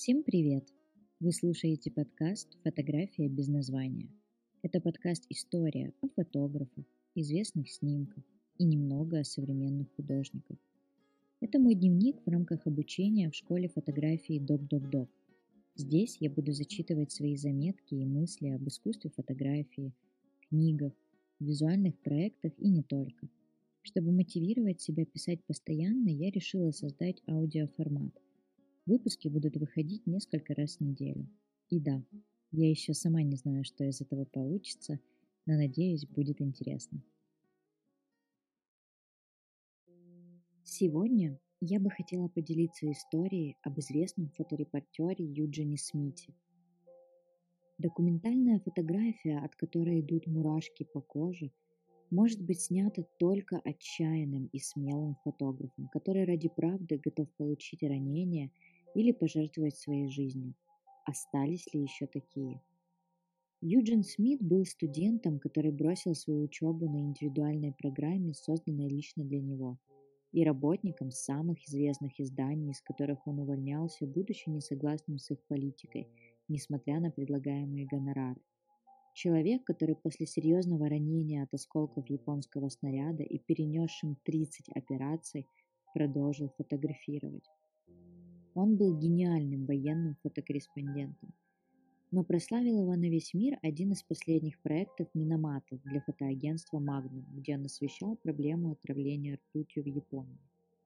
Всем привет! Вы слушаете подкаст «Фотография без названия». Это подкаст-история о фотографах, известных снимках и немного о современных художниках. Это мой дневник в рамках обучения в школе фотографии Док. Здесь я буду зачитывать свои заметки и мысли об искусстве фотографии, книгах, визуальных проектах и не только. Чтобы мотивировать себя писать постоянно, я решила создать аудиоформат. Выпуски будут выходить несколько раз в неделю. И да, я еще сама не знаю, что из этого получится, но надеюсь, будет интересно. Сегодня я бы хотела поделиться историей об известном фоторепортере Юджине Смите. Документальная фотография, от которой идут мурашки по коже, может быть снята только отчаянным и смелым фотографом, который ради правды готов получить ранение или пожертвовать своей жизнью. Остались ли еще такие? Юджин Смит был студентом, который бросил свою учебу на индивидуальной программе, созданной лично для него, и работником самых известных изданий, из которых он увольнялся, будучи несогласным с их политикой, несмотря на предлагаемые гонорары. Человек, который после серьезного ранения от осколков японского снаряда и перенесшим 30 операций, продолжил фотографировать. Он был гениальным военным фотокорреспондентом, но прославил его на весь мир один из последних проектов Минамато для фотоагентства Magnum, где он освещал проблему отравления ртутью в Японии.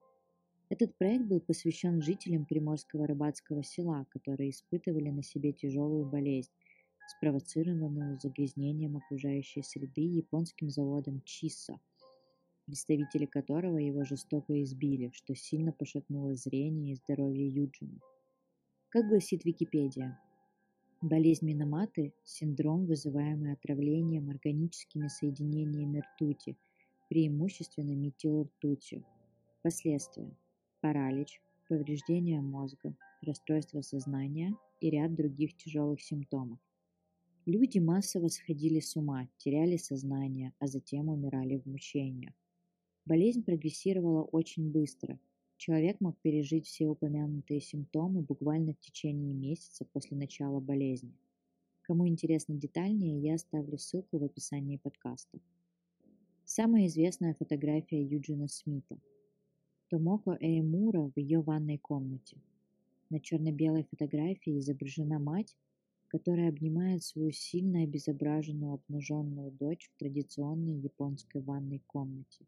Этот проект был посвящен жителям приморского рыбацкого села, которые испытывали на себе тяжелую болезнь, спровоцированную загрязнением окружающей среды японским заводом Чиссо, представители которого его жестоко избили, что сильно пошатнуло зрение и здоровье Юджина. Как гласит Википедия, болезнь Минаматы – синдром, вызываемый отравлением органическими соединениями ртути, преимущественно метилртутью. Последствия – паралич, повреждение мозга, расстройство сознания и ряд других тяжелых симптомов. Люди массово сходили с ума, теряли сознание, а затем умирали в мучениях. Болезнь прогрессировала очень быстро. Человек мог пережить все упомянутые симптомы буквально в течение месяца после начала болезни. Кому интересно детальнее, я оставлю ссылку в описании подкаста. Самая известная фотография Юджина Смита. Томоко Ээмура в ее ванной комнате. На черно-белой фотографии изображена мать, которая обнимает свою сильно обезображенную обнаженную дочь в традиционной японской ванной комнате.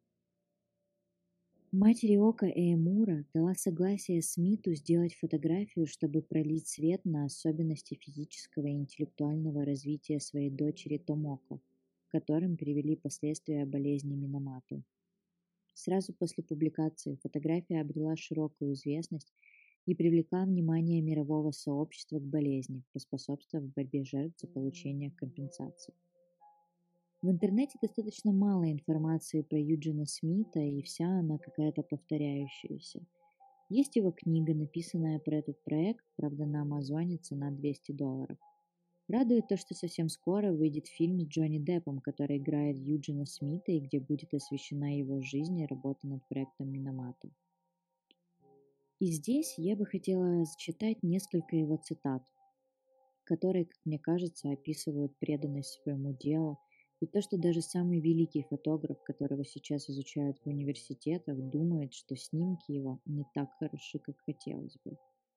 Мать Риоко Ээмура дала согласие Смиту сделать фотографию, чтобы пролить свет на особенности физического и интеллектуального развития своей дочери Томоко, к которым привели последствия болезни Минамато. Сразу после публикации фотография обрела широкую известность и привлекла внимание мирового сообщества к болезни, поспособствовав борьбе жертв за получение компенсаций. В интернете достаточно мало информации про Юджина Смита, и вся она какая-то повторяющаяся. Есть его книга, написанная про этот проект, правда на Амазоне цена $200. Радует то, что совсем скоро выйдет фильм с Джонни Деппом, который играет Юджина Смита и где будет освещена его жизнь и работа над проектом Минамато. И здесь я бы хотела зачитать несколько его цитат, которые, как мне кажется, описывают преданность своему делу и то, что даже самый великий фотограф, которого сейчас изучают в университетах, думает, что снимки его не так хороши, как хотелось бы.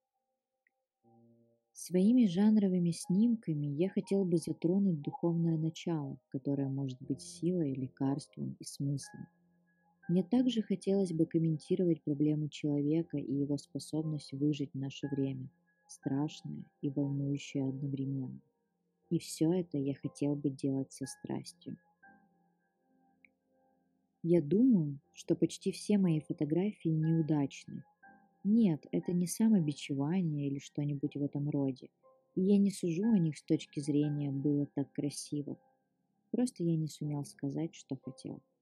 Своими жанровыми снимками я хотел бы затронуть духовное начало, которое может быть силой, лекарством и смыслом. Мне также хотелось бы комментировать проблему человека и его способность выжить в наше время, страшное и волнующее одновременно. И все это я хотел бы делать со страстью. Я думаю, что почти все мои фотографии неудачны. Нет, это не самобичевание или что-нибудь в этом роде. И я не сужу о них с точки зрения «было так красиво». Просто я не сумел сказать, что хотел.